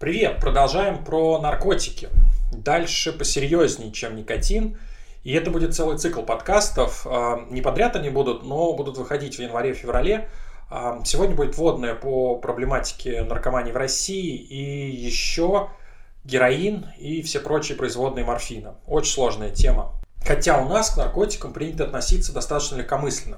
Привет! Продолжаем про наркотики. Дальше посерьезнее, чем никотин. И это будет целый цикл подкастов. Не подряд они будут, но будут выходить в январе-феврале. Сегодня будет вводная по проблематике наркомании в России и еще героин и все прочие производные морфина. Очень сложная тема. Хотя у нас к наркотикам принято относиться достаточно легкомысленно.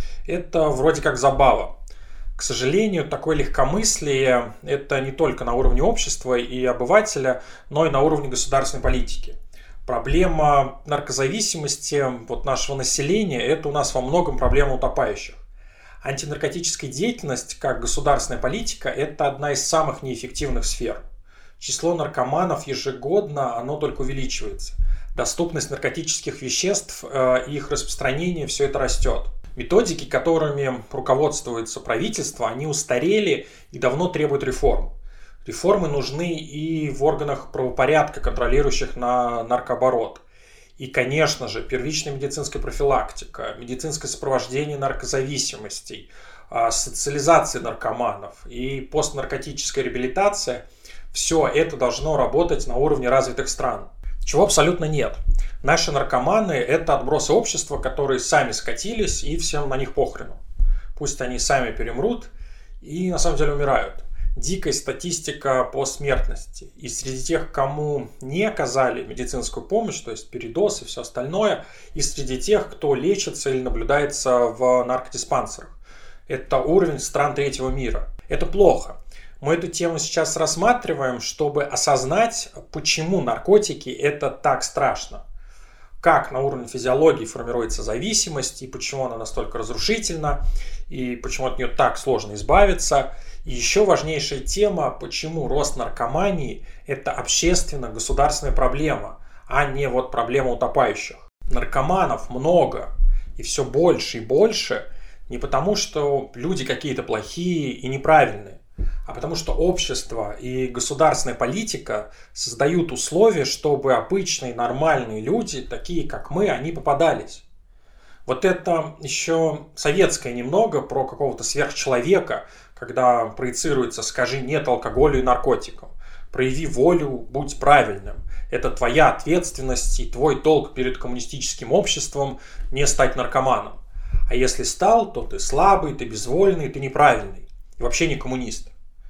Это вроде как забава. К сожалению, такое легкомыслие – это не только на уровне общества и обывателя, но и на уровне государственной политики. Проблема наркозависимости нашего населения – это у нас во многом проблема утопающих. Антинаркотическая деятельность, как государственная политика, это одна из самых неэффективных сфер. Число наркоманов ежегодно, оно только увеличивается. Доступность наркотических веществ и их распространение – все это растет. Методики, которыми руководствуется правительство, они устарели и давно требуют реформ. Реформы нужны и в органах правопорядка, контролирующих наркооборот. И, конечно же, первичная медицинская профилактика, медицинское сопровождение наркозависимостей, социализация наркоманов и постнаркотическая реабилитация – все это должно работать на уровне развитых стран. Чего абсолютно нет. Наши наркоманы – это отбросы общества, которые сами скатились и всем на них похрену. Пусть они сами перемрут и на самом деле умирают. Дикая статистика по смертности. И среди тех, кому не оказали медицинскую помощь, то есть передоз и все остальное, и среди тех, кто лечится или наблюдается в наркодиспансерах. Это уровень стран третьего мира. Это плохо. Мы эту тему сейчас рассматриваем, чтобы осознать, почему наркотики – это так страшно. Как на уровне физиологии формируется зависимость, и почему она настолько разрушительна, и почему от нее так сложно избавиться. И еще важнейшая тема, почему рост наркомании – это общественно-государственная проблема, а не проблема утопающих. Наркоманов много, и все больше и больше, не потому что люди какие-то плохие и неправильные, а потому что общество и государственная политика создают условия, чтобы обычные нормальные люди, такие как мы, они попадались. Это еще советское немного про какого-то сверхчеловека, когда проецируется «скажи нет алкоголю и наркотикам», «прояви волю, будь правильным». Это твоя ответственность и твой долг перед коммунистическим обществом не стать наркоманом. А если стал, то ты слабый, ты безвольный, ты неправильный. И вообще не коммунист.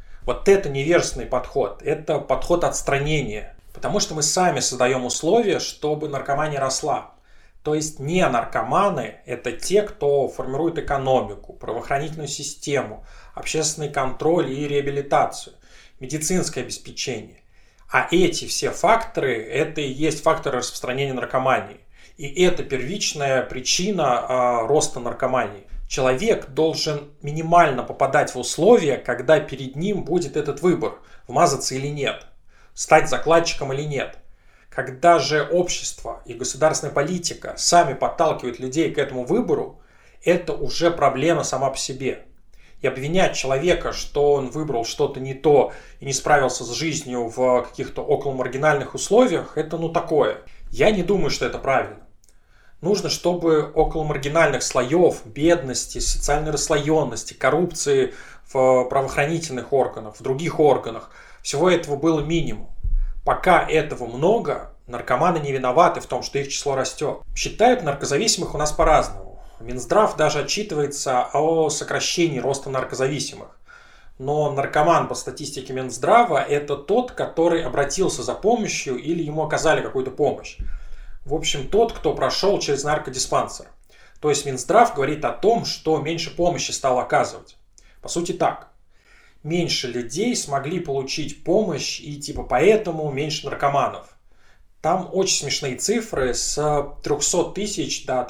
Это невежественный подход, это подход отстранения. Потому что мы сами создаем условия, чтобы наркомания росла. То есть не наркоманы – это те, кто формирует экономику, правоохранительную систему, общественный контроль и реабилитацию, медицинское обеспечение. А эти все факторы – это и есть факторы распространения наркомании. И это первичная причина роста наркомании. Человек должен минимально попадать в условия, когда перед ним будет этот выбор, вмазаться или нет, стать закладчиком или нет. Когда же общество и государственная политика сами подталкивают людей к этому выбору, это уже проблема сама по себе. И обвинять человека, что он выбрал что-то не то и не справился с жизнью в каких-то околомаргинальных условиях, это такое. Я не думаю, что это правильно. Нужно, чтобы около маргинальных слоев, бедности, социальной расслоенности, коррупции в правоохранительных органах, в других органах, всего этого было минимум. Пока этого много, наркоманы не виноваты в том, что их число растет. Считают наркозависимых у нас по-разному. Минздрав даже отчитывается о сокращении роста наркозависимых. Но наркоман по статистике Минздрава – это тот, который обратился за помощью или ему оказали какую-то помощь. В общем, тот, кто прошел через наркодиспансер. То есть Минздрав говорит о том, что меньше помощи стал оказывать. По сути так. Меньше людей смогли получить помощь и поэтому меньше наркоманов. Там очень смешные цифры с 300 тысяч до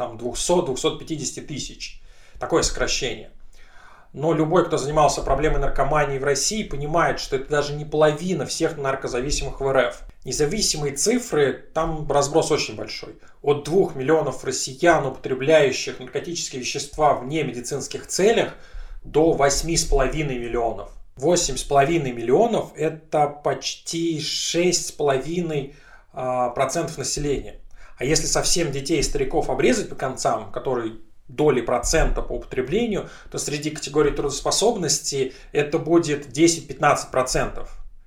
200-250 тысяч. Такое сокращение. Но любой, кто занимался проблемой наркомании в России, понимает, что это даже не половина всех наркозависимых в РФ. Независимые цифры, там разброс очень большой. От 2 миллионов россиян, употребляющих наркотические вещества в немедицинских целях, до 8,5 миллионов. 8,5 миллионов – это почти 6,5% населения. А если совсем детей и стариков обрезать по концам, которые доли процента по употреблению, то среди категорий трудоспособности это будет 10-15%.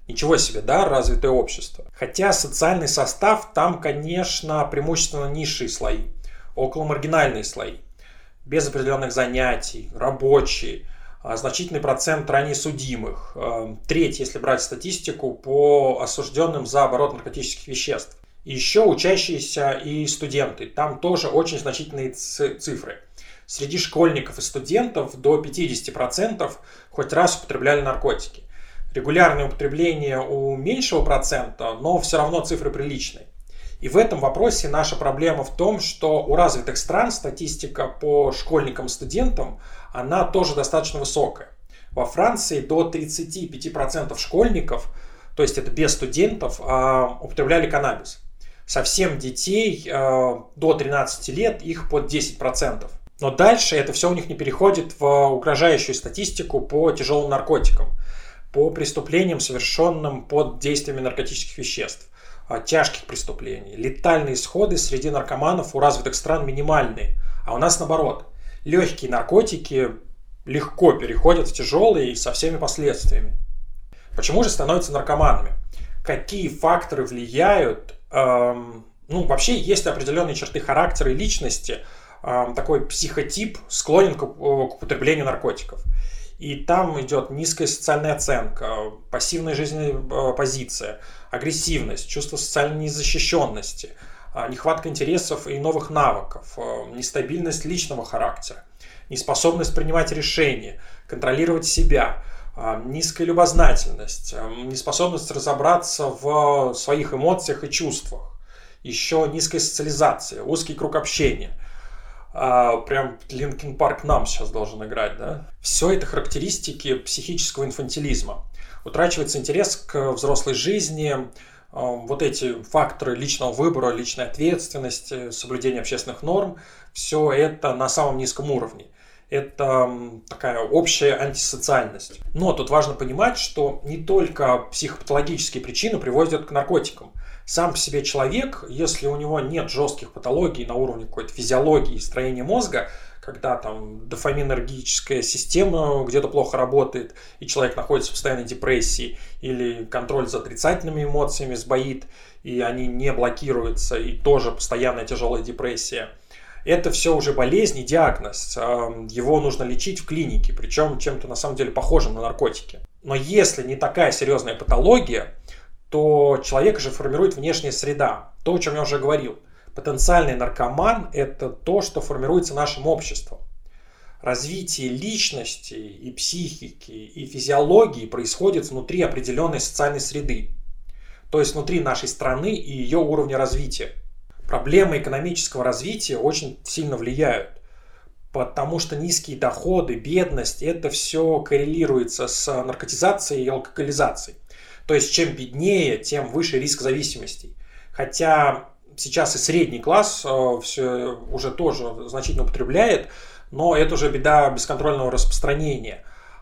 Ничего себе, да, развитое общество. Хотя социальный состав там, конечно, преимущественно низшие слои, околомаргинальные слои, без определенных занятий, рабочие, значительный процент ранее судимых, треть, если брать статистику, по осужденным за оборот наркотических веществ. И еще учащиеся и студенты, там тоже очень значительные цифры. Среди школьников и студентов до 50% хоть раз употребляли наркотики. Регулярное употребление у меньшего процента, но все равно цифры приличные. И в этом вопросе наша проблема в том, что у развитых стран статистика по школьникам и студентам, она тоже достаточно высокая. Во Франции до 35% школьников, то есть это без студентов, употребляли каннабис. Совсем детей до 13 лет их под 10%. Но дальше это все у них не переходит в угрожающую статистику по тяжелым наркотикам, по преступлениям, совершенным под действиями наркотических веществ, тяжких преступлений. Летальные исходы среди наркоманов у развитых стран минимальные, а у нас наоборот. Легкие наркотики легко переходят в тяжелые и со всеми последствиями. Почему же становятся наркоманами? Какие факторы влияют? Вообще есть определенные черты характера и личности. Такой психотип склонен к употреблению наркотиков. И там идет низкая социальная оценка, пассивная жизненная позиция, агрессивность, чувство социальной незащищенности, нехватка интересов и новых навыков, нестабильность личного характера, неспособность принимать решения, контролировать себя, низкая любознательность, неспособность разобраться в своих эмоциях и чувствах, еще низкая социализация, узкий круг общения. Прям Линкин Парк нам сейчас должен играть, да? Все это характеристики психического инфантилизма. Утрачивается интерес к взрослой жизни, вот эти факторы личного выбора, личной ответственности, соблюдения общественных норм, все это на самом низком уровне. Это такая общая антисоциальность. Но тут важно понимать, что не только психопатологические причины приводят к наркотикам. Сам по себе человек, если у него нет жестких патологий на уровне какой-то физиологии и строения мозга, когда там дофаминергическая система где-то плохо работает, и человек находится в постоянной депрессии, или контроль за отрицательными эмоциями сбоит, и они не блокируются, и тоже постоянная тяжелая депрессия. Это все уже болезнь и диагноз. Его нужно лечить в клинике, причем чем-то на самом деле похожим на наркотики. Но если не такая серьезная патология, то человека же формирует внешняя среда. То, о чем я уже говорил. Потенциальный наркоман – это то, что формируется нашим обществом. Развитие личности и психики, и физиологии происходит внутри определенной социальной среды. То есть внутри нашей страны и ее уровня развития. Проблемы экономического развития очень сильно влияют. Потому что низкие доходы, бедность – это все коррелируется с наркотизацией и алкоголизацией. То есть, чем беднее, тем выше риск зависимостей. Хотя сейчас и средний класс все уже тоже значительно употребляет, но это уже беда бесконтрольного распространения.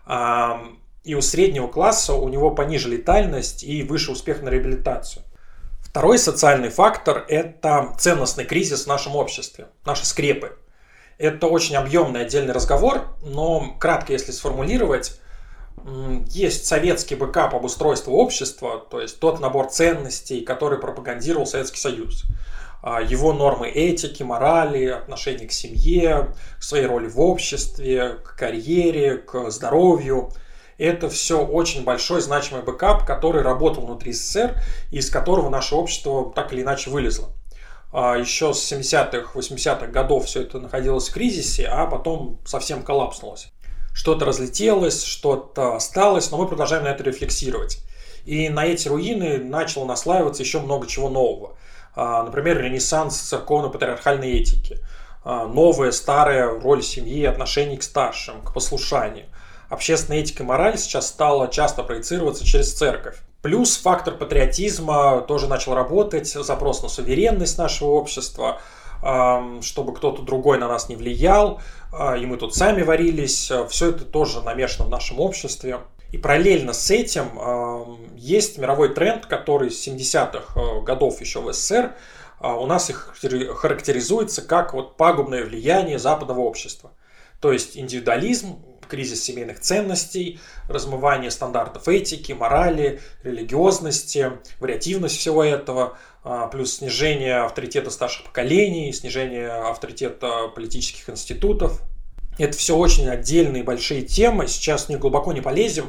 И у среднего класса у него пониже летальность и выше успех на реабилитацию. Второй социальный фактор – это ценностный кризис в нашем обществе, наши скрепы. Это очень объемный отдельный разговор, но кратко если сформулировать, есть советский бэкап обустройства общества, то есть тот набор ценностей, который пропагандировал Советский Союз. Его нормы этики, морали, отношения к семье, к своей роли в обществе, к карьере, к здоровью. Это все очень большой значимый бэкап, который работал внутри СССР и из которого наше общество так или иначе вылезло. Еще с 70-х, 80-х годов все это находилось в кризисе, а потом совсем коллапснулось. Что-то разлетелось, что-то осталось, но мы продолжаем на это рефлексировать. И на эти руины начало наслаиваться еще много чего нового. Например, ренессанс церковно-патриархальной этики. Новая, старая роль семьи, отношений к старшим, к послушанию. Общественная этика и мораль сейчас стала часто проецироваться через церковь. Плюс фактор патриотизма тоже начал работать, запрос на суверенность нашего общества, чтобы кто-то другой на нас не влиял, и мы тут сами варились. Все это тоже намешано в нашем обществе. И параллельно с этим есть мировой тренд, который с 70-х годов еще в СССР у нас их характеризуется как вот пагубное влияние западного общества. То есть индивидуализм, кризис семейных ценностей, размывание стандартов этики, морали, религиозности, вариативность всего этого, плюс снижение авторитета старших поколений, снижение авторитета политических институтов. Это все очень отдельные большие темы, сейчас в них глубоко не полезем,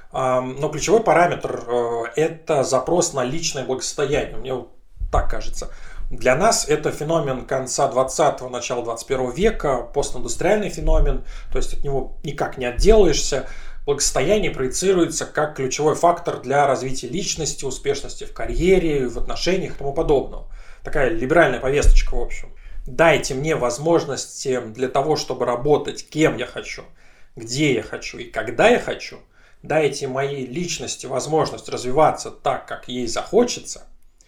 но ключевой параметр – это запрос на личное благосостояние, мне вот так кажется. Для нас это феномен конца 20-го, начала 21 века, постиндустриальный феномен, то есть от него никак не отделаешься. Благосостояние проецируется как ключевой фактор для развития личности, успешности в карьере, в отношениях и тому подобного. Такая либеральная повесточка, в общем. Дайте мне возможности для того, чтобы работать кем я хочу, где я хочу и когда я хочу. Дайте моей личности возможность развиваться так, как ей захочется.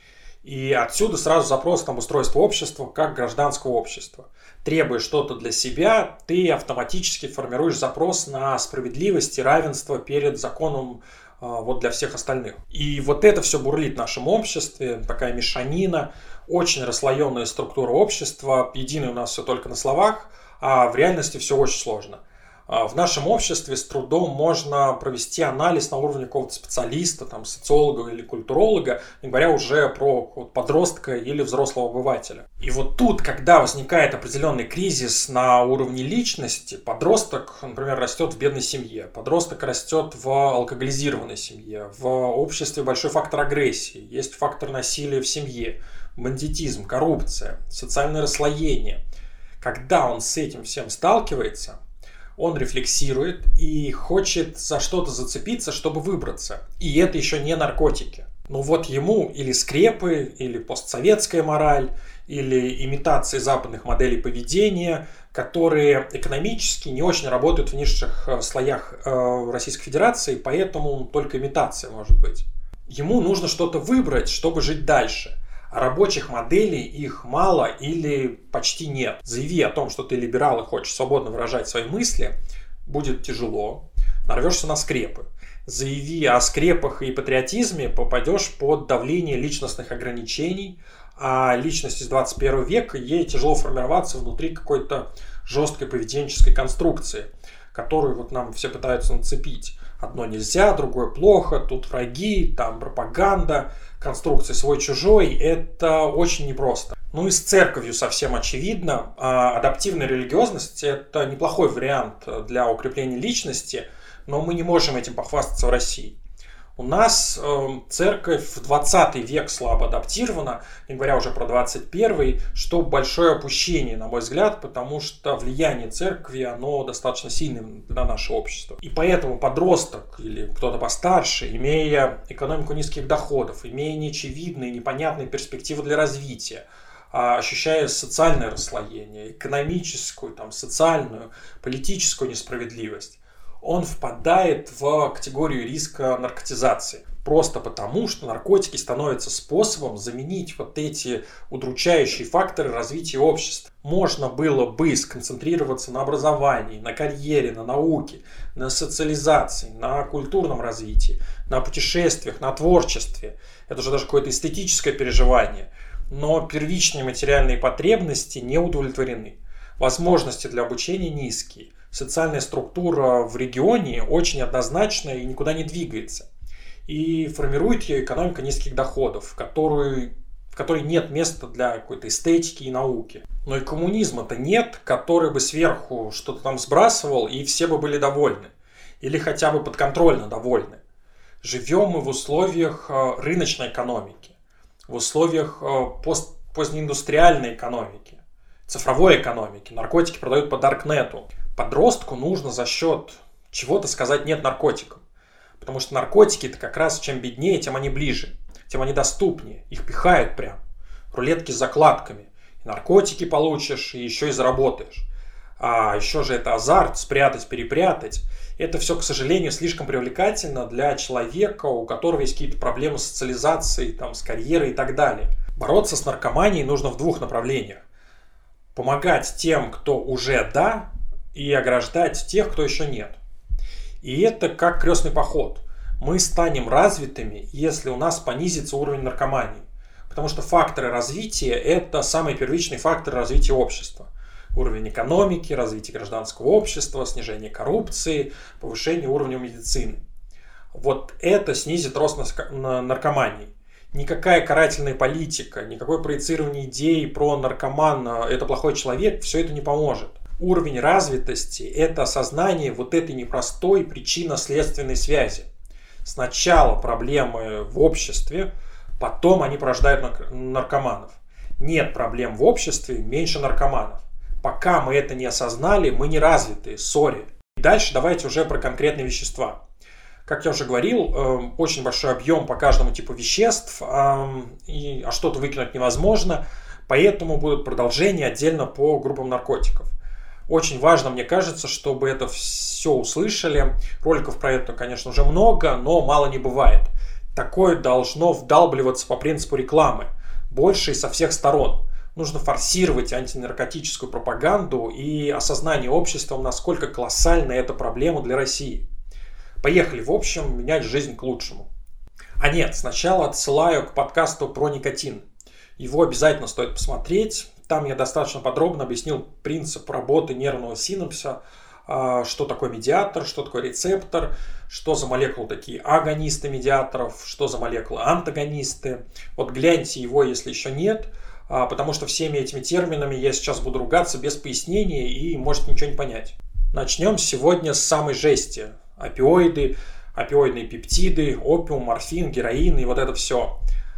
И отсюда сразу запрос на устройство общества как гражданского общества. Требуя что-то для себя, ты автоматически формируешь запрос на справедливость и равенство перед законом вот для всех остальных. И вот это все бурлит в нашем обществе, такая мешанина, очень расслоенная структура общества, единая у нас все только на словах, а в реальности все очень сложно. В нашем обществе с трудом можно провести анализ на уровне какого-то специалиста, там, социолога или культуролога, не говоря уже про подростка или взрослого обывателя. И вот тут, когда возникает определенный кризис на уровне личности, подросток, например, растет в бедной семье, подросток растет в алкоголизированной семье, в обществе большой фактор агрессии, есть фактор насилия в семье, бандитизм, коррупция, социальное расслоение. Когда он с этим всем сталкивается, он рефлексирует и хочет за что-то зацепиться, чтобы выбраться. И это еще не наркотики. Но вот ему или скрепы, или постсоветская мораль, или имитации западных моделей поведения, которые экономически не очень работают в низших слоях Российской Федерации, поэтому только имитация может быть. Ему нужно что-то выбрать, чтобы жить дальше. А рабочих моделей их мало или почти нет. Заяви о том, что ты либерал и хочешь свободно выражать свои мысли, будет тяжело, нарвешься на скрепы. Заяви о скрепах и патриотизме, попадешь под давление личностных ограничений, а личность из 21 века, ей тяжело формироваться внутри какой-то жесткой поведенческой конструкции, которую вот нам все пытаются нацепить. Одно нельзя, другое плохо, тут враги, там пропаганда, конструкция свой-чужой. Это очень непросто. Ну и с церковью совсем очевидно. Адаптивная религиозность – это неплохой вариант для укрепления личности, но мы не можем этим похвастаться в России. У нас церковь в 20 век слабо адаптирована, не говоря уже про 21, что большое опущение, на мой взгляд, потому что влияние церкви, оно достаточно сильное на наше общество. И поэтому подросток или кто-то постарше, имея экономику низких доходов, имея неочевидные, непонятные перспективы для развития, ощущая социальное расслоение, экономическую, социальную, политическую несправедливость, он впадает в категорию риска наркотизации. Просто потому, что наркотики становятся способом заменить вот эти удручающие факторы развития общества. Можно было бы сконцентрироваться на образовании, на карьере, на науке, на социализации, на культурном развитии, на путешествиях, на творчестве. Это уже даже какое-то эстетическое переживание. Но первичные материальные потребности не удовлетворены. Возможности для обучения низкие. Социальная структура в регионе очень однозначная и никуда не двигается. И формирует ее экономика низких доходов, в которой нет места для какой-то эстетики и науки. Но и коммунизма-то нет, который бы сверху что-то там сбрасывал, и все бы были довольны. Или хотя бы подконтрольно довольны. Живем мы в условиях рыночной экономики, в условиях позднеиндустриальной экономики, цифровой экономики. Наркотики продают по даркнету. Подростку нужно за счет чего-то сказать «нет» наркотикам. Потому что наркотики – это как раз чем беднее, тем они ближе, тем они доступнее. Их пихают прям. Рулетки с закладками. И наркотики получишь, и еще и заработаешь. А еще же это азарт, спрятать, перепрятать. Это все, к сожалению, слишком привлекательно для человека, у которого есть какие-то проблемы с социализацией, с карьерой и так далее. Бороться с наркоманией нужно в двух направлениях. Помогать тем, кто уже «да», и ограждать тех, кто еще нет. И это как крестный поход. Мы станем развитыми, если у нас понизится уровень наркомании. Потому что факторы развития – это самые первичные факторы развития общества. уровень экономики, развитие гражданского общества, снижение коррупции, повышение уровня медицины. Вот это снизит рост наркомании. Никакая карательная политика, никакое проецирование идей про наркомана, это плохой человек, все это не поможет. Уровень развитости – это осознание вот этой непростой причинно-следственной связи. Сначала проблемы в обществе, потом они порождают наркоманов. Нет проблем в обществе, меньше наркоманов. Пока мы это не осознали, мы не развитые, сори. И дальше давайте уже про конкретные вещества. Как я уже говорил, очень большой объем по каждому типу веществ, а что-то выкинуть невозможно, поэтому будут продолжения отдельно по группам наркотиков. Очень важно, мне кажется, чтобы это все услышали. Роликов про это, конечно, уже много, но мало не бывает. Такое должно вдалбливаться по принципу рекламы, больше и со всех сторон. Нужно форсировать антинаркотическую пропаганду и осознание обществом, насколько колоссальна эта проблема для России. Поехали, в общем, менять жизнь к лучшему. А нет, сначала отсылаю к подкасту про никотин. Его обязательно стоит посмотреть. Там я достаточно подробно объяснил принцип работы нервного синапса, что такое медиатор, что такое рецептор, что за молекулы такие агонисты медиаторов, что за молекулы антагонисты. Вот гляньте его, если еще нет, потому что всеми этими терминами я сейчас буду ругаться без пояснений и можете ничего не понять. Начнем сегодня с самой жести. Опиоиды, опиоидные пептиды, опиум, морфин, героин и вот это все.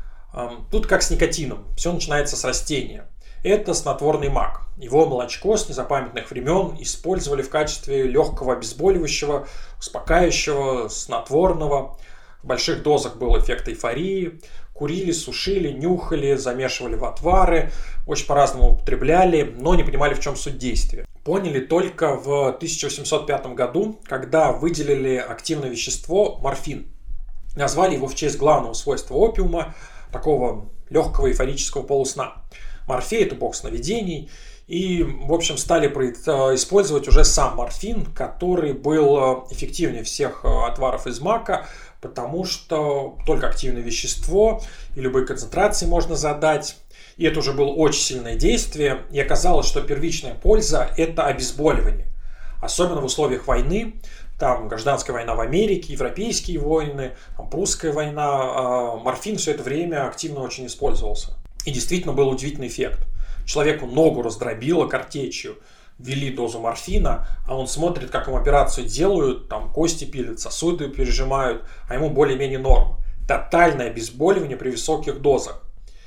Тут как с никотином. Все начинается с растения. Это снотворный мак. Его молочко с незапамятных времен использовали в качестве легкого обезболивающего, успокаивающего, снотворного. В больших дозах был эффект эйфории. Курили, сушили, нюхали, замешивали в отвары. Очень по-разному употребляли, но не понимали, в чем суть действия. Поняли только в 1805 году, когда выделили активное вещество морфин. Назвали его в честь главного свойства опиума, такого легкого эйфорического полусна. Морфей – это бог сновидений. И, в общем, стали использовать уже сам морфин, который был эффективнее всех отваров из мака, потому что только активное вещество и любые концентрации можно задать. И это уже было очень сильное действие, и оказалось, что первичная польза – это обезболивание. Особенно в условиях войны, там гражданская война в Америке, европейские войны, там прусская война, морфин все это время активно очень использовался. И действительно был удивительный эффект. Человеку ногу раздробило картечью, ввели дозу морфина, а он смотрит, как ему операцию делают, там кости пилят, сосуды пережимают, а ему более-менее норм. Тотальное обезболивание при высоких дозах.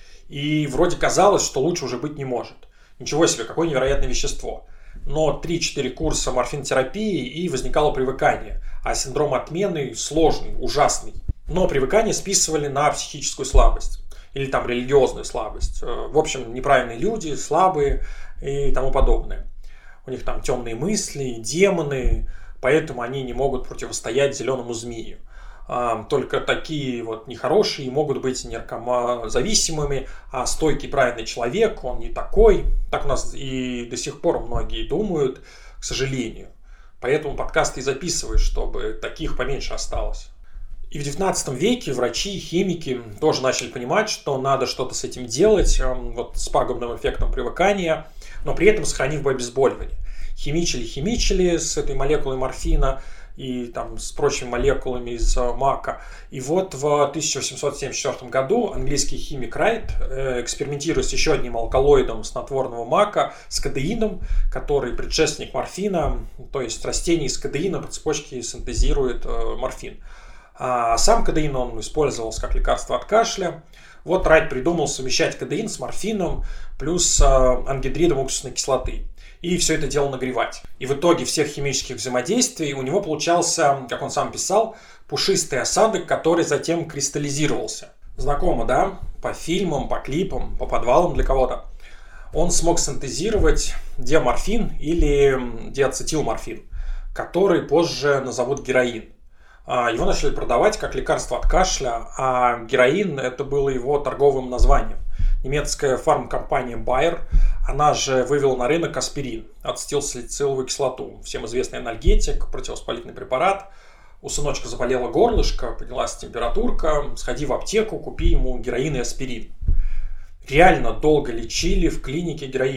И вроде казалось, что лучше уже быть не может. Ничего себе, какое невероятное вещество. Но 3-4 курса морфинотерапии и возникало привыкание. А синдром отмены сложный, ужасный. Но привыкание списывали на психическую слабость. Или там религиозную слабость. В общем, неправильные люди, слабые и тому подобное. У них там темные мысли, демоны, поэтому они не могут противостоять зеленому змею. Только такие вот нехорошие могут быть наркозависимыми, а стойкий правильный человек, он не такой. Так у нас и до сих пор многие думают, к сожалению. Поэтому подкасты и записываю, чтобы таких поменьше осталось. И в 19 веке врачи и химики тоже начали понимать, что надо что-то с этим делать, вот с пагубным эффектом привыкания, но при этом сохранив бы обезболивание. Химичили с этой молекулой морфина и там с прочими молекулами из мака. И вот в 1874 году английский химик Райт экспериментирует с еще одним алкалоидом снотворного мака, с кадеином, который предшественник морфина, то есть растение из кадеина по цепочке синтезирует морфин. А сам кадеин он использовался как лекарство от кашля. Вот Райт придумал совмещать кадеин с морфином плюс ангидридом уксусной кислоты. И все это дело нагревать. И в итоге всех химических взаимодействий у него получался, как он сам писал, пушистый осадок, который затем кристаллизировался. Знакомо, да? По фильмам, по клипам, по подвалам для кого-то. Он смог синтезировать диаморфин или диацетилморфин, который позже назовут героин. Его начали продавать как лекарство от кашля, а героин это было его торговым названием. Немецкая фармкомпания Bayer, она же вывела на рынок аспирин, ацетилсалициловую кислоту, всем известный анальгетик, противовоспалительный препарат. У сыночка заболело горлышко, поднялась температурка, сходи в аптеку, купи ему героин и аспирин. Реально долго лечили в клинике героином.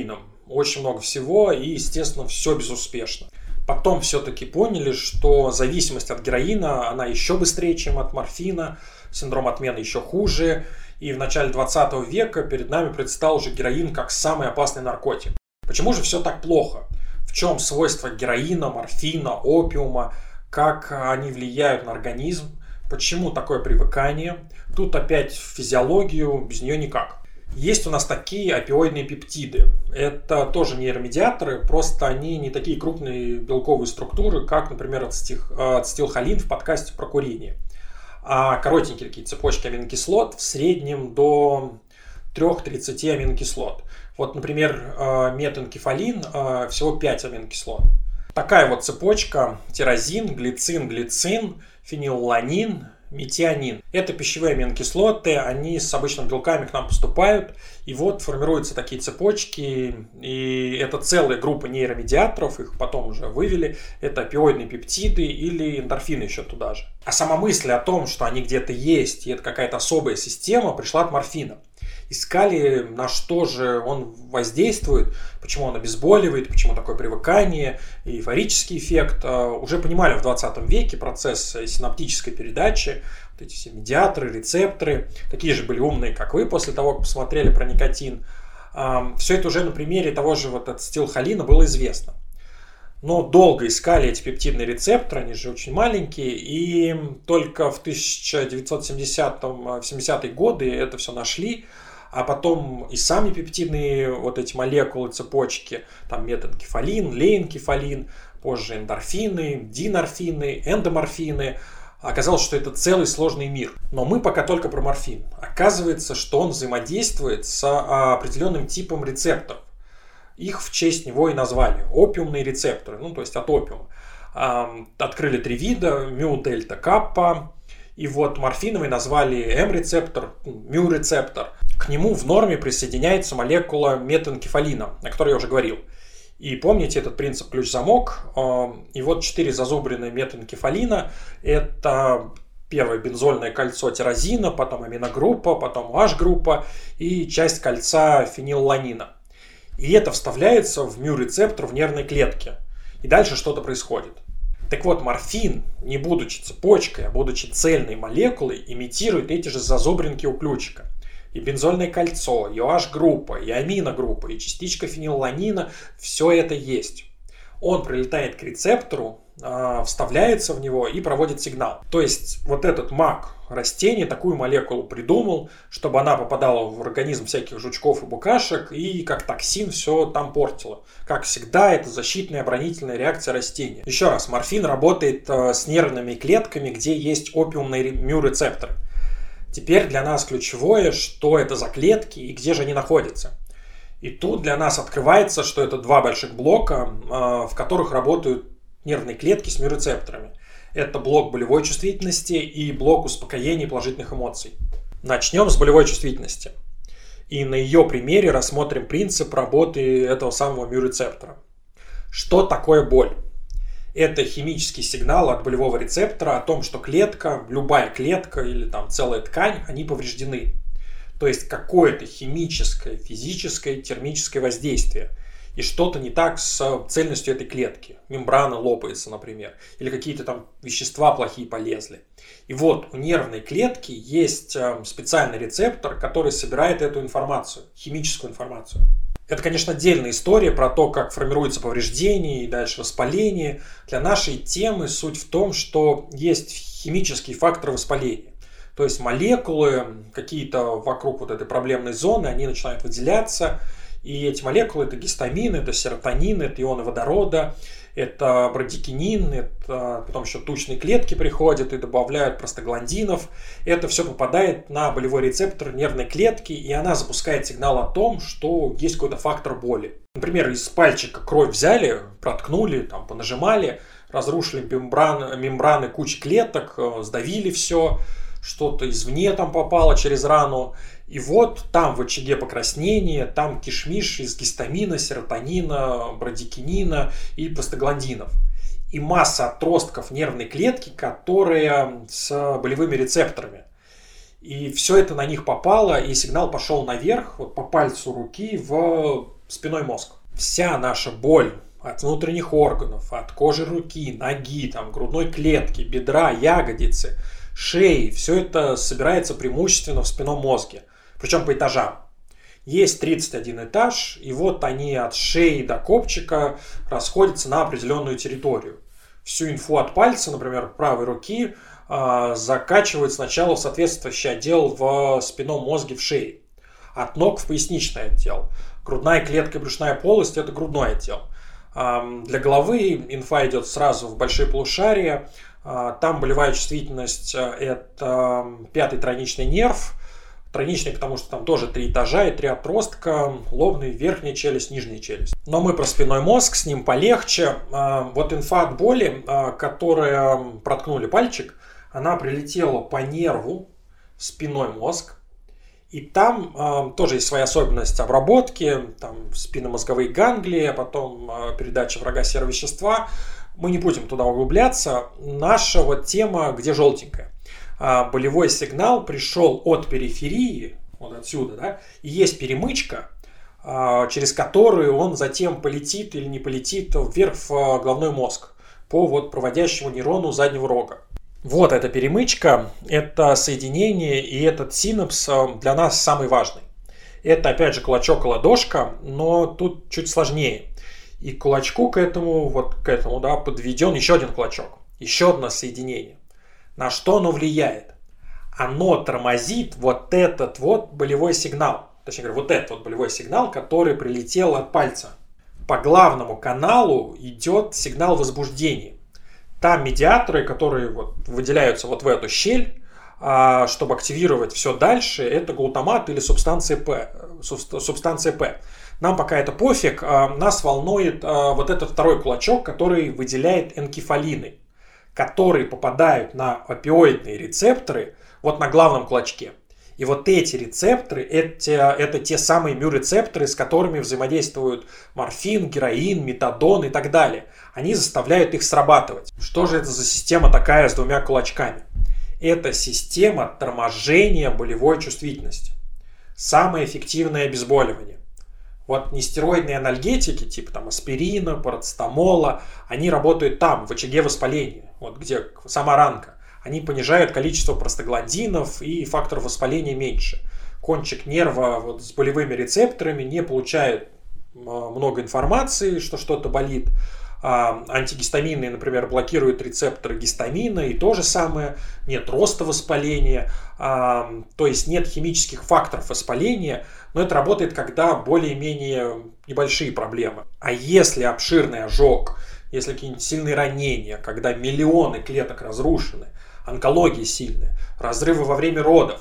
очень много всего, и, естественно, все безуспешно. Потом все-таки поняли, что зависимость от героина, она еще быстрее, чем от морфина, синдром отмены еще хуже. И в начале 20 века перед нами предстал уже героин как самый опасный наркотик. Почему же все так плохо? В чем свойства героина, морфина, опиума, как они влияют на организм, почему такое привыкание? Тут опять в физиологию, без нее никак. Есть у нас такие опиоидные пептиды. Это тоже нейромедиаторы, просто они не такие крупные белковые структуры, как, например, ацетилхолин в подкасте про курение. А коротенькие такие цепочки аминокислот, в среднем до 3-30 аминокислот. Вот, например, метэнкефалин всего 5 аминокислот. Такая вот цепочка: тирозин, глицин, фенилланин, метионин. Это пищевые аминокислоты, они с обычными белками к нам поступают. И вот формируются такие цепочки, и это целая группа нейромедиаторов, их потом уже вывели. Это опиоидные пептиды или эндорфины еще туда же. А сама мысль о том, что они где-то есть, и это какая-то особая система, пришла от морфина. Искали, на что же он воздействует, почему он обезболивает, почему такое привыкание, эйфорический эффект. Уже понимали в 20 веке процесс синаптической передачи, вот эти все медиаторы, рецепторы, такие же были умные, как вы, после того, как посмотрели про никотин. Все это уже на примере того же вот ацетилхолина было известно. Но долго искали эти пептидные рецепторы, они же очень маленькие, и только в 1970-70-е годы это все нашли. А потом и сами пептидные вот эти молекулы, цепочки, там метэнкефалин, лейнкефалин, позже эндорфины, динорфины, эндоморфины. Оказалось, что это целый сложный мир. Но мы пока только про морфин. Оказывается, что он взаимодействует с определенным типом рецепторов. Их в честь него и назвали опиумные рецепторы, ну то есть от опиума. Открыли 3 вида: му, дельта, каппа. И вот морфиновый назвали М-рецептор, му-рецептор. К нему в норме присоединяется молекула метэнкефалина, о которой я уже говорил. И помните этот принцип ключ-замок. И вот 4 зазубрины метэнкефалина. Это первое бензольное кольцо тирозина, потом аминогруппа, потом OH-группа и часть кольца фенилланина. И это вставляется в му-рецептор в нервной клетке. И дальше что-то происходит. Так вот, морфин, не будучи цепочкой, а будучи цельной молекулой, имитирует эти же зазубринки у ключика. И бензольное кольцо, и OH-группа, и аминогруппа, и частичка фенилланина – все это есть. Он прилетает к рецептору, вставляется в него и проводит сигнал. То есть вот этот маг растения такую молекулу придумал, чтобы она попадала в организм всяких жучков и букашек и как токсин все там портила. Как всегда, это защитная оборонительная реакция растения. Еще раз, морфин работает с нервными клетками, где есть опиумные му-рецепторы. Теперь для нас ключевое, что это за клетки и где же они находятся. И тут для нас открывается, что это 2 больших блока, в которых работают нервные клетки с му-рецепторами. Это блок болевой чувствительности и блок успокоения и положительных эмоций. Начнем с болевой чувствительности. И на ее примере рассмотрим принцип работы этого самого му-рецептора. Что такое боль? Это химический сигнал от болевого рецептора о том, что клетка, любая клетка или там целая ткань, они повреждены. То есть какое-то химическое, физическое, термическое воздействие. И что-то не так с цельностью этой клетки. Мембрана лопается, например. Или какие-то там вещества плохие полезли. И вот у нервной клетки есть специальный рецептор, который собирает эту информацию, химическую информацию. Это, конечно, отдельная история про то, как формируется повреждение и дальше воспаление. Для нашей темы суть в том, что есть химический фактор воспаления. То есть молекулы какие-то вокруг вот этой проблемной зоны, они начинают выделяться. И эти молекулы — это гистамин, это серотонин, это ионы водорода, это брадикинин, это потом еще тучные клетки приходят и добавляют простагландинов. Это все попадает на болевой рецептор нервной клетки, и она запускает сигнал о том, что есть какой-то фактор боли. Например, из пальчика кровь взяли, проткнули, там, понажимали, разрушили мембраны кучи клеток, сдавили все, что-то извне там попало через рану. И вот там в очаге покраснения, там кишмиш из гистамина, серотонина, брадикинина и простагландинов. И масса отростков нервной клетки, которые с болевыми рецепторами. И все это на них попало, и сигнал пошел наверх, вот по пальцу руки, в спинной мозг. Вся наша боль от внутренних органов, от кожи руки, ноги, там, грудной клетки, бедра, ягодицы, шеи, все это собирается преимущественно в спинном мозге, причем по этажам. Есть 31 этаж, и вот они от шеи до копчика расходятся на определенную территорию. Всю инфу от пальца, например, правой руки, закачивают сначала в соответствующий отдел в спинном мозге в шее. От ног в поясничный отдел. Грудная клетка и брюшная полость – это грудной отдел. Для головы инфа идет сразу в большие полушария. Там болевая чувствительность – это пятый тройничный нерв. Тройничный, потому что там тоже 3 этажа и 3 отростка, лобный, верхняя челюсть, нижняя челюсть. Но мы про спинной мозг, с ним полегче. Вот инфа от боли, которая проткнули пальчик, она прилетела по нерву в спинной мозг. И там тоже есть своя особенность обработки, там спинномозговые ганглии, а потом передача врага серого вещества. Мы не будем туда углубляться. Наша вот тема, где желтенькая. Болевой сигнал пришел от периферии, вот отсюда, да, и есть перемычка, через которую он затем полетит или не полетит вверх в головной мозг по вот проводящему нейрону заднего рога. Вот эта перемычка, это соединение и этот синапс для нас самый важный. Это опять же кулачок и ладошка, но тут чуть сложнее. И к кулачку к этому, да, подведен еще один кулачок, еще одно соединение. На что оно влияет? Оно тормозит вот этот вот болевой сигнал. Точнее говоря, вот этот вот болевой сигнал, который прилетел от пальца. По главному каналу идет сигнал возбуждения. Там медиаторы, которые вот выделяются вот в эту щель, чтобы активировать все дальше, это глутамат или субстанция П. Нам пока это пофиг, нас волнует вот этот второй кулачок, который выделяет энкефалины, которые попадают на опиоидные рецепторы вот на главном кулачке. И вот эти рецепторы, это те самые мю-рецепторы, с которыми взаимодействуют морфин, героин, метадон и так далее. Они заставляют их срабатывать. Что же это за система такая с 2 кулачками? Это система торможения болевой чувствительности. Самое эффективное обезболивание. Вот нестероидные анальгетики, типа там аспирина, парацетамола, они работают там, в очаге воспаления, вот где сама ранка. Они понижают количество простагландинов и факторов воспаления меньше. Кончик нерва вот с болевыми рецепторами не получает много информации, что что-то болит. Антигистаминные, например, блокируют рецепторы гистамина, и то же самое. Нет роста воспаления, то есть нет химических факторов воспаления, но это работает, когда более-менее небольшие проблемы. А если обширный ожог, если какие-нибудь сильные ранения, когда миллионы клеток разрушены, онкология сильная, разрывы во время родов,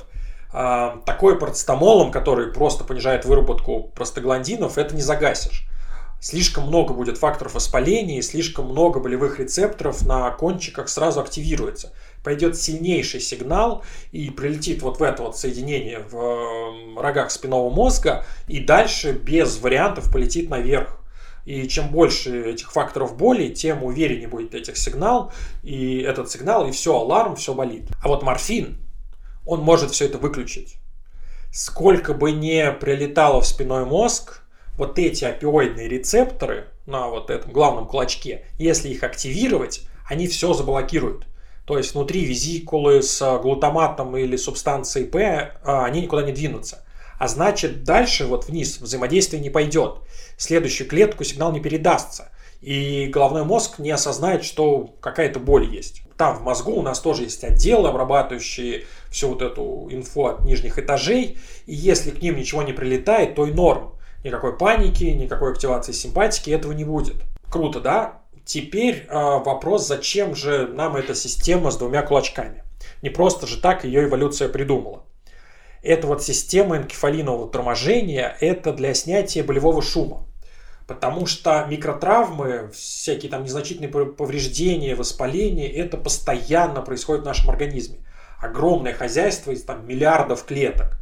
такой парацетамолом, который просто понижает выработку простагландинов, это не загасишь. Слишком много будет факторов воспаления, и слишком много болевых рецепторов на кончиках сразу активируется. Пойдет сильнейший сигнал и прилетит вот в это вот соединение в рогах спинного мозга, и дальше без вариантов полетит наверх. И чем больше этих факторов боли, тем увереннее будет этот сигнал, и все, аларм, все болит. А вот морфин, он может все это выключить. Сколько бы ни прилетало в спинной мозг, вот эти опиоидные рецепторы на вот этом главном кулачке, если их активировать, они все заблокируют. То есть внутри визикулы с глутаматом или субстанцией П, они никуда не двинутся. А значит, дальше вот вниз взаимодействие не пойдет. В следующую клетку сигнал не передастся. И головной мозг не осознает, что какая-то боль есть. Там в мозгу у нас тоже есть отделы, обрабатывающие всю вот эту инфу от нижних этажей. И если к ним ничего не прилетает, то и норм. Никакой паники, никакой активации симпатики, этого не будет. Круто, да? Теперь вопрос, зачем же нам эта система с 2 кулачками? Не просто же так ее эволюция придумала. Эта вот система энкефалинового торможения – это для снятия болевого шума. Потому что микротравмы, всякие там незначительные повреждения, воспаления – это постоянно происходит в нашем организме. Огромное хозяйство из там миллиардов клеток.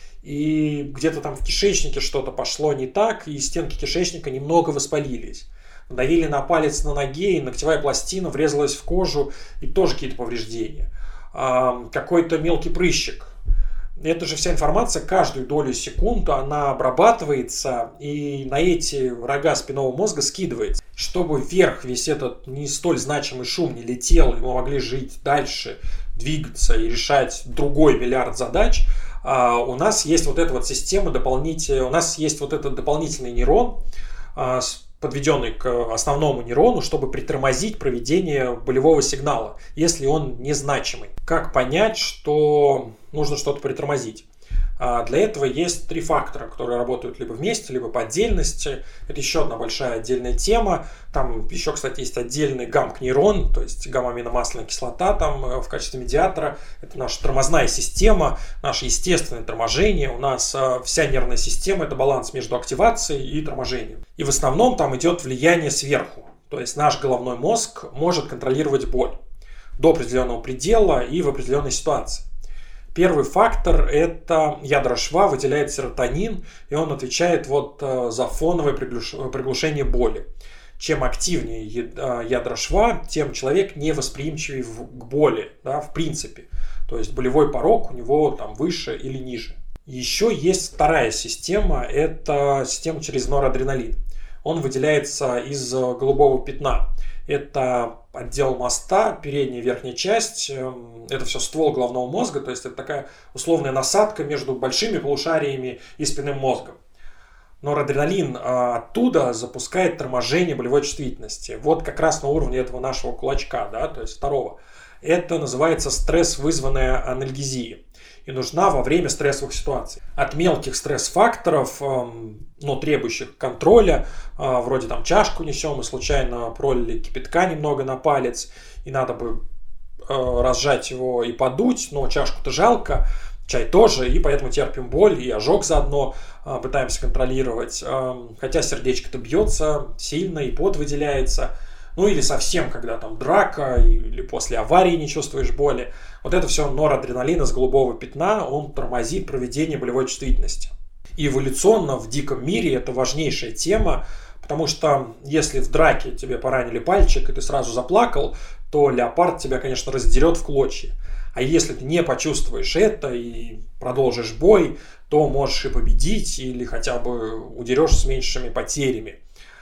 И где-то там в кишечнике что-то пошло не так, и стенки кишечника немного воспалились. Давили на палец на ноге, и ногтевая пластина врезалась в кожу, и тоже какие-то повреждения. Какой-то мелкий прыщик. эта же вся информация каждую долю секунды она обрабатывается и на эти рога спинного мозга скидывается. Чтобы вверх весь этот не столь значимый шум не летел, и мы могли жить дальше, двигаться и решать другой миллиард задач, у нас есть вот эта вот система дополнительная, у нас есть вот этот дополнительный нейрон, подведенный к основному нейрону, чтобы притормозить проведение болевого сигнала, если он незначимый. Как понять, что нужно что-то притормозить? Для этого есть 3 фактора, которые работают либо вместе, либо по отдельности. Это еще одна большая отдельная тема. Там еще, кстати, есть отдельный гамк-нейрон, то есть гамма-аминомасляная кислота там в качестве медиатора. Это наша тормозная система, наше естественное торможение. У нас вся нервная система – это баланс между активацией и торможением. И в основном там идет влияние сверху. То есть наш головной мозг может контролировать боль до определенного предела и в определенной ситуации. Первый фактор – это ядра шва выделяет серотонин, и он отвечает за фоновое приглушение боли. Чем активнее ядра шва, тем человек невосприимчивее к боли, в принципе. То есть болевой порог у него там выше или ниже. Еще есть вторая система – это система через норадреналин. Он выделяется из голубого пятна. Это отдел моста, передняя и верхняя часть, это все ствол головного мозга, то есть это такая условная насадка между большими полушариями и спинным мозгом. Норадреналин оттуда запускает торможение болевой чувствительности. Вот как раз на уровне этого нашего кулачка, то есть второго. Это называется стресс, вызванная анальгезия. И нужна во время стрессовых ситуаций. От мелких стресс-факторов, требующих контроля, вроде там чашку несем и случайно пролили кипятка немного на палец, и надо бы разжать его и подуть, но чашку-то жалко, чай тоже, и поэтому терпим боль и ожог заодно пытаемся контролировать. Хотя сердечко-то бьется сильно и пот выделяется. Или совсем, когда там драка, или после аварии не чувствуешь боли. Вот это все норадреналин из голубого пятна, он тормозит проведение болевой чувствительности. И эволюционно в диком мире это важнейшая тема, потому что если в драке тебе поранили пальчик, и ты сразу заплакал, то леопард тебя, конечно, раздерет в клочья. А если ты не почувствуешь это и продолжишь бой, то можешь и победить, или хотя бы удерешь с меньшими потерями.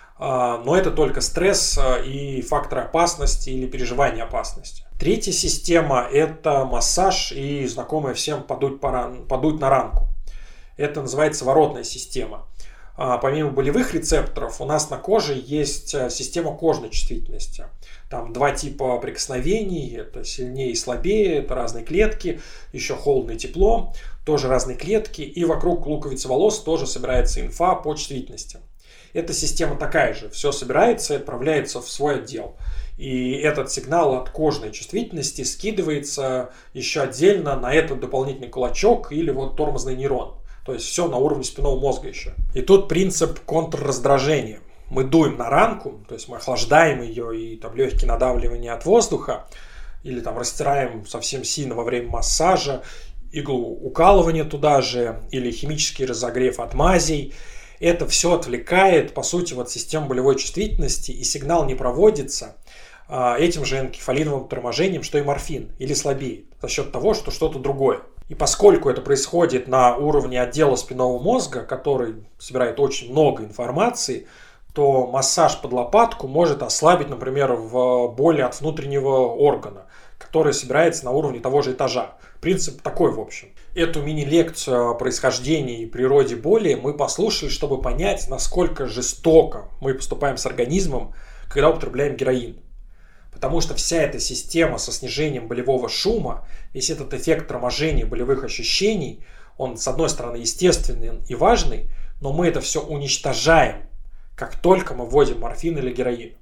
Но это только стресс и фактор опасности или переживание опасности. Третья система – это массаж и знакомая всем подуть на ранку. Это называется воротная система. Помимо болевых рецепторов у нас на коже есть система кожной чувствительности. Там 2 типа прикосновений, это сильнее и слабее, это разные клетки, еще холодно и тепло, тоже разные клетки, и вокруг луковицы волос тоже собирается инфа по чувствительности. Эта система такая же, все собирается и отправляется в свой отдел. И этот сигнал от кожной чувствительности скидывается еще отдельно на этот дополнительный кулачок или тормозный нейрон. То есть все на уровне спинного мозга еще. И тут принцип контрраздражения. Мы дуем на ранку, то есть мы охлаждаем ее и там легкие надавливания от воздуха, или там растираем совсем сильно во время массажа, иглу укалывания туда же, или химический разогрев от мазей. Это все отвлекает, по сути, систему болевой чувствительности, и сигнал не проводится этим же энкефалиновым торможением, что и морфин, или слабеет, за счет того, что что-то другое. И поскольку это происходит на уровне отдела спинного мозга, который собирает очень много информации, то массаж под лопатку может ослабить, например, в боли от внутреннего органа, который собирается на уровне того же этажа. Принцип такой, в общем. Эту мини-лекцию о происхождении и природе боли мы послушали, чтобы понять, насколько жестоко мы поступаем с организмом, когда употребляем героин. Потому что вся эта система со снижением болевого шума, весь этот эффект торможения болевых ощущений, он, с одной стороны, естественный и важный, но мы это все уничтожаем, как только мы вводим морфин или героин.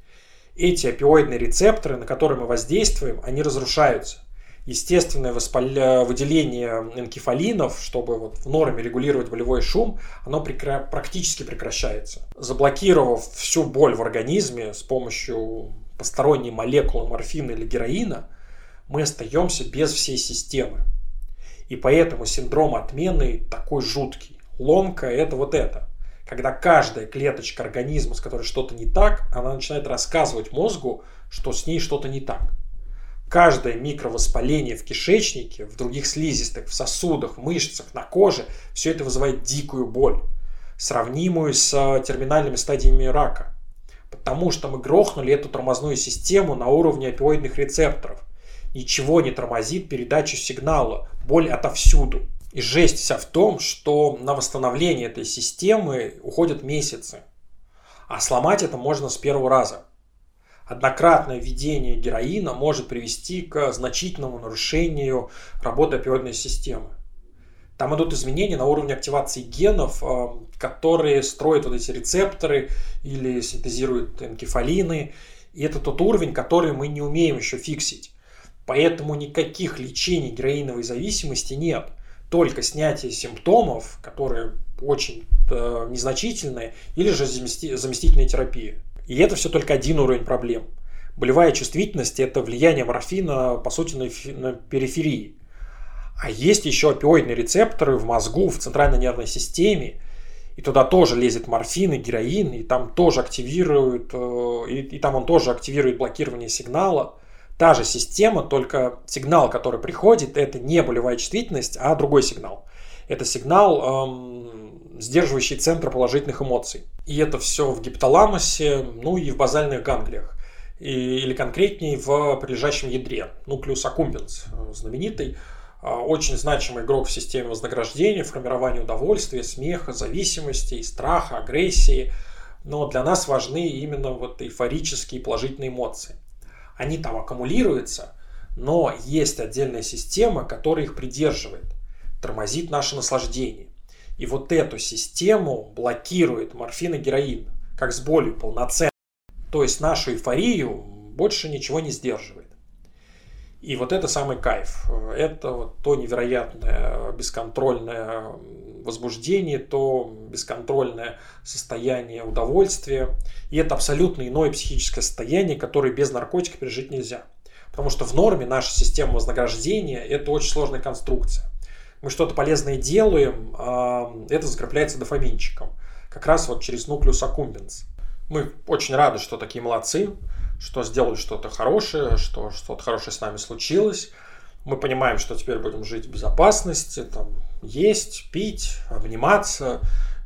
Эти опиоидные рецепторы, на которые мы воздействуем, они разрушаются. Естественное выделение энкефалинов, чтобы в норме регулировать болевой шум, оно практически прекращается. Заблокировав всю боль в организме с помощью посторонней молекулы морфина или героина, мы остаемся без всей системы. И поэтому синдром отмены такой жуткий. Ломка – это это. Когда каждая клеточка организма, с которой что-то не так, она начинает рассказывать мозгу, что с ней что-то не так. Каждое микровоспаление в кишечнике, в других слизистых, в сосудах, в мышцах, на коже, все это вызывает дикую боль, сравнимую с терминальными стадиями рака. Потому что мы грохнули эту тормозную систему на уровне опиоидных рецепторов. Ничего не тормозит передачу сигнала, боль отовсюду. И жесть вся в том, что на восстановление этой системы уходят месяцы. А сломать это можно с первого раза. Однократное введение героина может привести к значительному нарушению работы опиоидной системы. Там идут изменения на уровне активации генов, которые строят вот эти рецепторы или синтезируют энкефалины. И это тот уровень, который мы не умеем еще фиксить. Поэтому никаких лечений героиновой зависимости нет. Только снятие симптомов, которые очень незначительные, или же заместительная терапия. И это все только один уровень проблем. Болевая чувствительность – это влияние морфина, по сути, на периферии. А есть еще опиоидные рецепторы в мозгу, в центральной нервной системе. И туда тоже лезет морфин и героин, и там тоже активирует, и там он тоже активирует блокирование сигнала. Та же система, только сигнал, который приходит, это не болевая чувствительность, а другой сигнал. Это сигнал, сдерживающий центр положительных эмоций. И это все в гипоталамусе, ну и в базальных ганглиях. Или конкретнее в прилежащем ядре. Нуклеус аккумбенс знаменитый. Очень значимый игрок в системе вознаграждения, в формировании удовольствия, смеха, зависимости, страха, агрессии. Но для нас важны именно вот эйфорические положительные эмоции. Они там аккумулируются, но есть отдельная система, которая их придерживает, тормозит наше наслаждение. И вот эту систему блокирует морфин и героин, как с болью полноценно. То есть нашу эйфорию больше ничего не сдерживает. И вот это самый кайф. Это вот то невероятное бесконтрольное возбуждение, то бесконтрольное состояние удовольствия. И это абсолютно иное психическое состояние, которое без наркотика пережить нельзя. Потому что в норме наша система вознаграждения – это очень сложная конструкция. Мы что-то полезное делаем, это закрепляется дофаминчиком. Как раз вот через нуклеус аккумбенс. Мы очень рады, что такие молодцы, что сделали что-то хорошее, что что-то хорошее с нами случилось. Мы понимаем, что теперь будем жить в безопасности, там, есть, пить, обниматься,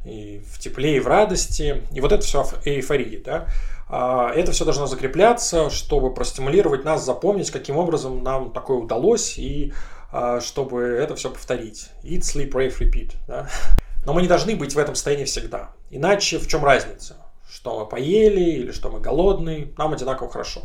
и в тепле, и в радости. И вот это все эйфория. Да? Это все должно закрепляться, чтобы простимулировать нас, запомнить, каким образом нам такое удалось, и чтобы это все повторить. Eat, sleep, rave, repeat. Да? Но мы не должны быть в этом состоянии всегда. Иначе в чем разница? Что мы поели или что мы голодные, нам одинаково хорошо.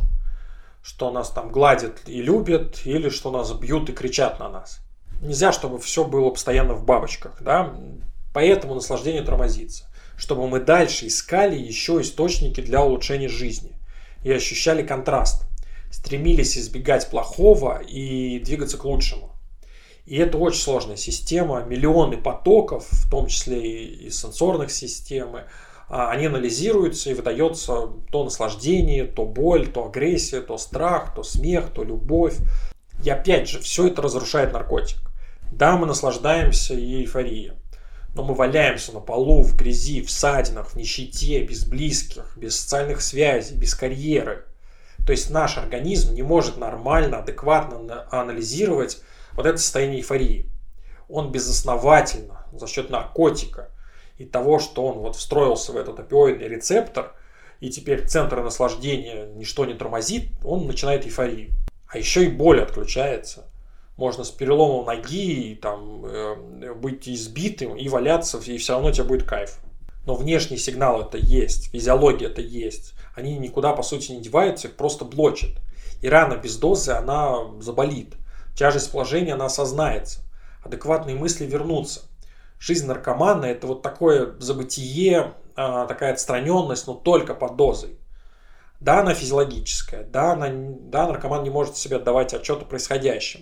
Что нас там гладят и любят, или что нас бьют и кричат на нас. Нельзя, чтобы все было постоянно в бабочках. Да? Поэтому наслаждение тормозится. Чтобы мы дальше искали еще источники для улучшения жизни. И ощущали контраст. Стремились избегать плохого и двигаться к лучшему. И это очень сложная система. Миллионы потоков, в том числе и сенсорных систем. Они анализируются и выдается то наслаждение, то боль, то агрессия, то страх, то смех, то любовь. И опять же, все это разрушает наркотик. Да, мы наслаждаемся и эйфорией. Но мы валяемся на полу, в грязи, в ссадинах, в нищете, без близких, без социальных связей, без карьеры. То есть наш организм не может нормально, адекватно анализировать вот это состояние эйфории. Он безосновательно, за счет наркотика и того, что он вот встроился в этот опиоидный рецептор, и теперь центр наслаждения ничто не тормозит, он начинает эйфорию. А еще и боль отключается. Можно с переломом ноги там, быть избитым и валяться, и все равно у тебя будет кайф. Но внешний сигнал это есть, физиология это есть. Они никуда по сути не деваются, их просто блочат. И рана без дозы она заболит. Тяжесть положения она осознается. Адекватные мысли вернутся. Жизнь наркомана это вот такое забытие, такая отстраненность, но только под дозой. Да, она физиологическая, да, наркоман не может себе отдавать отчет о происходящем.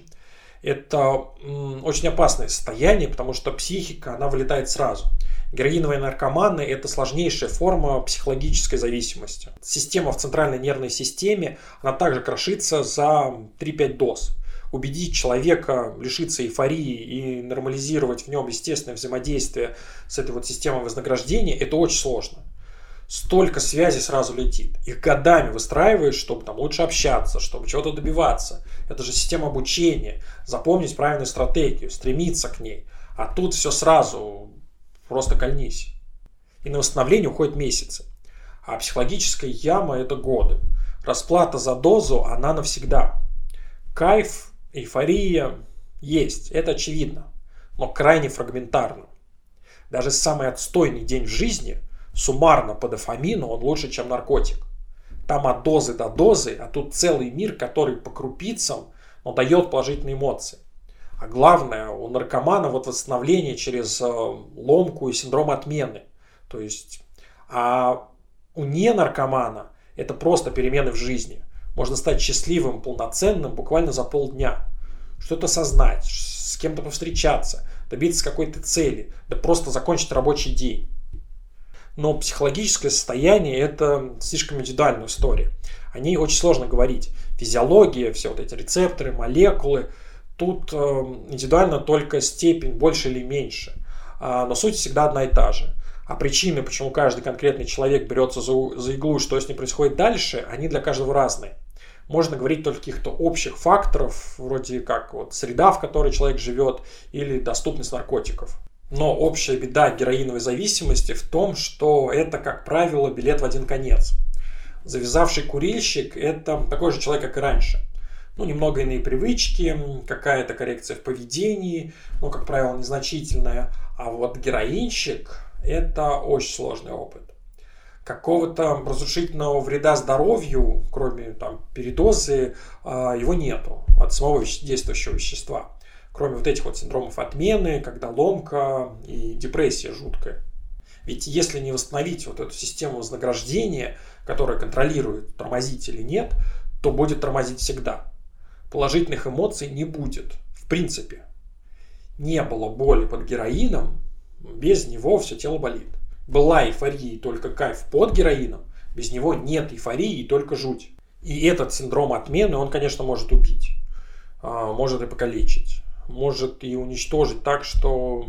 Это очень опасное состояние, потому что психика, она вылетает сразу. Героиновые наркоманы – это сложнейшая форма психологической зависимости. Система в центральной нервной системе, она также крошится за 3-5 доз. Убедить человека лишиться эйфории и нормализировать в нем естественное взаимодействие с этой вот системой вознаграждения – это очень сложно. столько связей сразу летит. Их годами выстраиваешь, чтобы там лучше общаться, чтобы чего-то добиваться. Это же система обучения. Запомнить правильную стратегию, стремиться к ней. А тут все сразу, просто кольнись. И на восстановление уходят месяцы. А психологическая яма – это годы. Расплата за дозу, она навсегда. Кайф, эйфория есть, это очевидно, но крайне фрагментарно. Даже самый отстойный день в жизни, суммарно по дофамину, он лучше, чем наркотик. Там от дозы до дозы, а тут целый мир, который по крупицам, но дает положительные эмоции. А главное, у наркомана вот восстановление через ломку и синдром отмены. То есть, а у ненаркомана это просто перемены в жизни. Можно стать счастливым, полноценным буквально за полдня. Что-то осознать, с кем-то повстречаться, добиться какой-то цели, да просто закончить рабочий день. Но психологическое состояние – это слишком индивидуальная история. О ней очень сложно говорить. Физиология, все вот эти рецепторы, молекулы. Тут индивидуально только степень больше или меньше. Но суть всегда одна и та же. А причины, почему каждый конкретный человек берется за иглу, что с ним происходит дальше, они для каждого разные. Можно говорить только о каких-то общих факторов, вроде как вот среда, в которой человек живет, или доступность наркотиков. Но общая беда героиновой зависимости в том, что это, как правило, билет в один конец. Завязавший курильщик – это такой же человек, как и раньше. Немного иные привычки, какая-то коррекция в поведении, как правило, незначительная. А вот героинщик – это очень сложный опыт. Какого-то разрушительного вреда здоровью, кроме передозы, его нету от самого действующего вещества. Кроме вот этих вот синдромов отмены, когда ломка и депрессия жуткая. Ведь если не восстановить вот эту систему вознаграждения, которая контролирует, тормозить или нет, то будет тормозить всегда. Положительных эмоций не будет. В принципе. Не было боли под героином, без него все тело болит. Была эйфория и только кайф под героином, без него нет эйфории и только жуть. И этот синдром отмены, он, конечно, может убить, может и покалечить, может и уничтожить так, что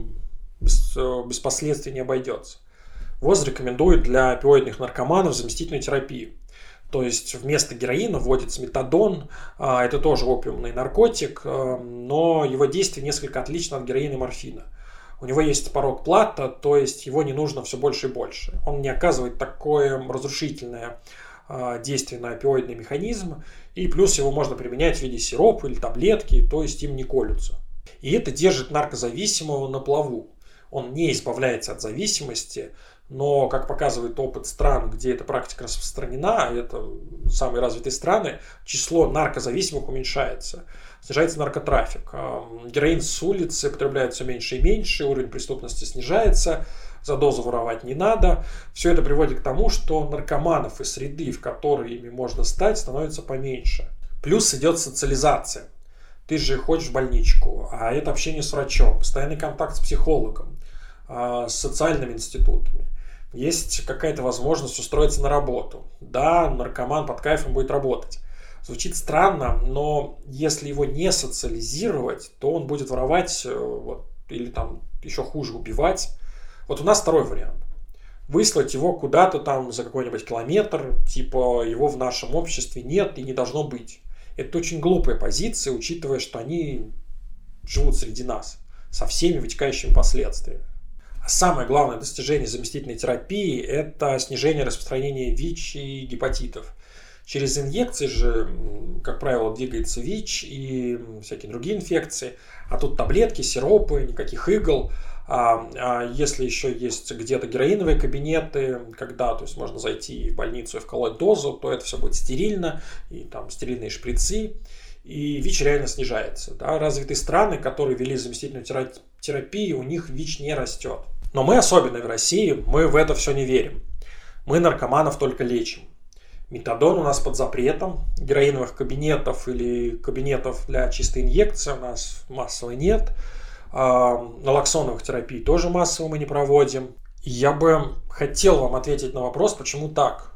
без последствий не обойдется. ВОЗ рекомендует для опиоидных наркоманов заместительную терапию. То есть вместо героина вводится метадон, это тоже опиумный наркотик, но его действие несколько отлично от героина и морфина. У него есть порог Платта, то есть его не нужно все больше и больше. Он не оказывает такое разрушительное действие на опиоидный механизм, и плюс его можно применять в виде сиропа или таблетки, то есть им не колются. И это держит наркозависимого на плаву. Он не избавляется от зависимости, но, как показывает опыт стран, где эта практика распространена, это самые развитые страны, число наркозависимых уменьшается. Снижается наркотрафик. Героин с улицы потребляют все меньше и меньше, уровень преступности снижается, за дозу воровать не надо. Все это приводит к тому, что наркоманов из среды, в которой ими можно стать, становится поменьше. Плюс идет социализация. Ты же ходишь в больничку, а это общение с врачом, постоянный контакт с психологом, с социальными институтами. Есть какая-то возможность устроиться на работу. Да, наркоман под кайфом будет работать. Звучит странно, но если его не социализировать, то он будет воровать или еще хуже убивать. Вот у нас второй вариант. Выслать его куда-то за какой-нибудь километр, типа его в нашем обществе нет и не должно быть. Это очень глупая позиция, учитывая, что они живут среди нас, со всеми вытекающими последствиями. А самое главное достижение заместительной терапии – это снижение распространения ВИЧ и гепатитов. Через инъекции же, как правило, двигается ВИЧ и всякие другие инфекции. А тут таблетки, сиропы, никаких игл. А если еще есть где-то героиновые кабинеты, то есть можно зайти в больницу и вколоть дозу, то это все будет стерильно, и стерильные шприцы, и ВИЧ реально снижается. Да? Развитые страны, которые ввели заместительную терапию, у них ВИЧ не растет. Но мы, особенно в России, мы в это все не верим. Мы наркоманов только лечим. Метадон у нас под запретом, героиновых кабинетов или кабинетов для чистой инъекции у нас массово нет. Налоксоновых терапий тоже массово мы не проводим. Я бы хотел вам ответить на вопрос, почему так,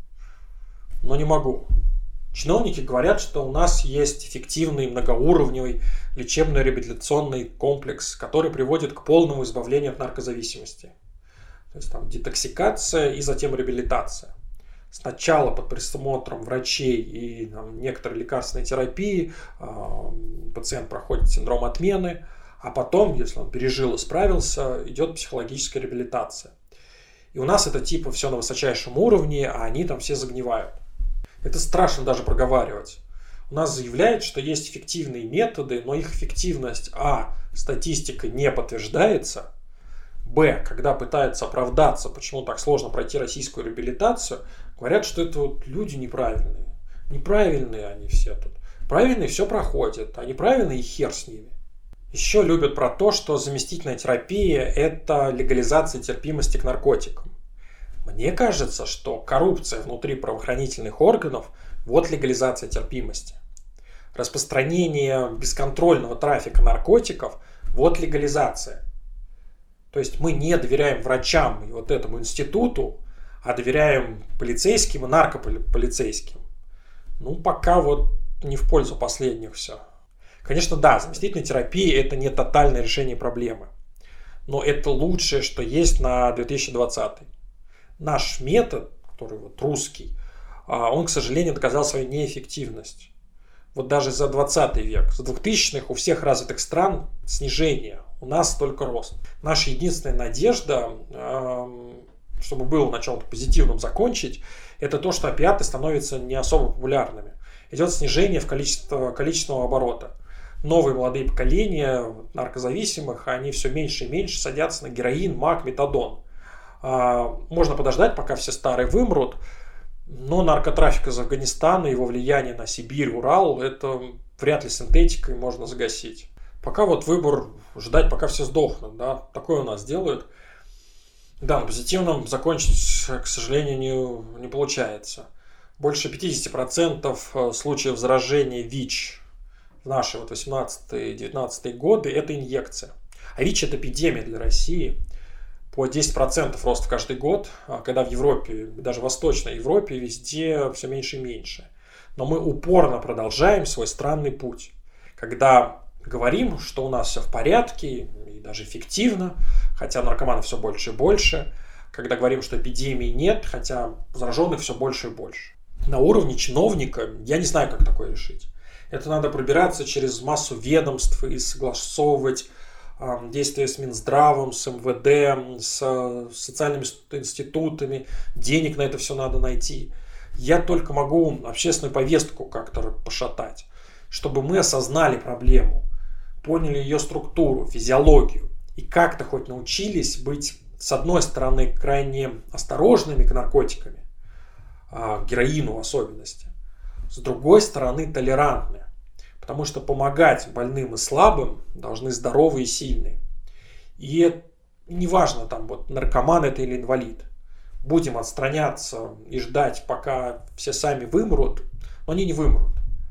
но не могу. Чиновники говорят, что у нас есть эффективный многоуровневый лечебно-реабилитационный комплекс, который приводит к полному избавлению от наркозависимости. То есть там детоксикация и затем реабилитация. Сначала под присмотром врачей и некоторой лекарственной терапии пациент проходит синдром отмены, а потом, если он пережил и справился, идет психологическая реабилитация. И у нас это типа все на высочайшем уровне, а они там все загнивают. Это страшно даже проговаривать. У нас заявляют, что есть эффективные методы, но их эффективность статистика не подтверждается, когда пытаются оправдаться, почему так сложно пройти российскую реабилитацию, говорят, что это люди неправильные. Неправильные они все тут. Правильные все проходят, а неправильные и хер с ними. Еще любят про то, что заместительная терапия – это легализация терпимости к наркотикам. Мне кажется, что коррупция внутри правоохранительных органов – вот легализация терпимости. Распространение бесконтрольного трафика наркотиков – вот легализация. То есть мы не доверяем врачам и вот этому институту, а доверяем полицейским и наркополицейским. Пока вот не в пользу последних все. Конечно, да, заместительная терапия – это не тотальное решение проблемы. Но это лучшее, что есть на 2020. Наш метод, который русский, он, к сожалению, доказал свою неэффективность. Вот даже за 20 век, за 2000-х у всех развитых стран снижение, у нас только рост. Наша единственная надежда, чтобы было на чем-то позитивном закончить, это то, что опиаты становятся не особо популярными. Идет снижение в количественного оборота. Новые молодые поколения наркозависимых, они все меньше и меньше садятся на героин, мак, метадон. Можно подождать, пока все старые вымрут, но наркотрафик из Афганистана, его влияние на Сибирь, Урал, это вряд ли синтетикой можно загасить. Пока выбор ждать, пока все сдохнут, да, такое у нас делают. Да, на позитивном закончить, к сожалению, не получается. Больше 50% случаев заражения ВИЧ в наши 18-19 годы – это инъекция. А ВИЧ – это эпидемия для России. По 10% рост каждый год, когда в Европе, даже в Восточной Европе, везде все меньше и меньше. Но мы упорно продолжаем свой странный путь. Когда говорим, что у нас все в порядке и даже эффективно, хотя наркоманов все больше и больше. Когда говорим, что эпидемии нет, хотя зараженных все больше и больше. На уровне чиновника я не знаю, как такое решить. Это надо пробираться через массу ведомств и согласовывать действия с Минздравом, с МВД, с социальными институтами. Денег на это все надо найти. Я только могу общественную повестку как-то пошатать, чтобы мы осознали проблему, поняли ее структуру, физиологию и как-то хоть научились быть, с одной стороны, крайне осторожными к наркотикам, к героину в особенности, с другой стороны, толерантны. Потому что помогать больным и слабым должны здоровые и сильные. И неважно, наркоман это или инвалид. Будем отстраняться и ждать, пока все сами вымрут, но они не вымрут.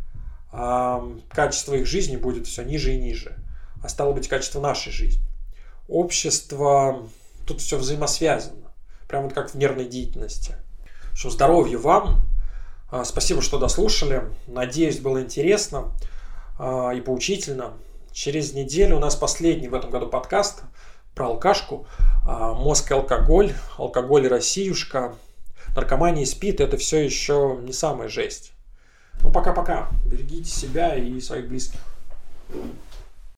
А качество их жизни будет все ниже и ниже. А стало быть, качество нашей жизни. Общество, тут все взаимосвязано. Прямо как в нервной деятельности. Что здоровья вам. Спасибо, что дослушали. Надеюсь, было интересно и поучительно. Через неделю у нас последний в этом году подкаст про алкашку. Мозг и алкоголь, алкоголь и Россиюшка, наркомания и СПИД – это все еще не самая жесть. Пока-пока. Берегите себя и своих близких.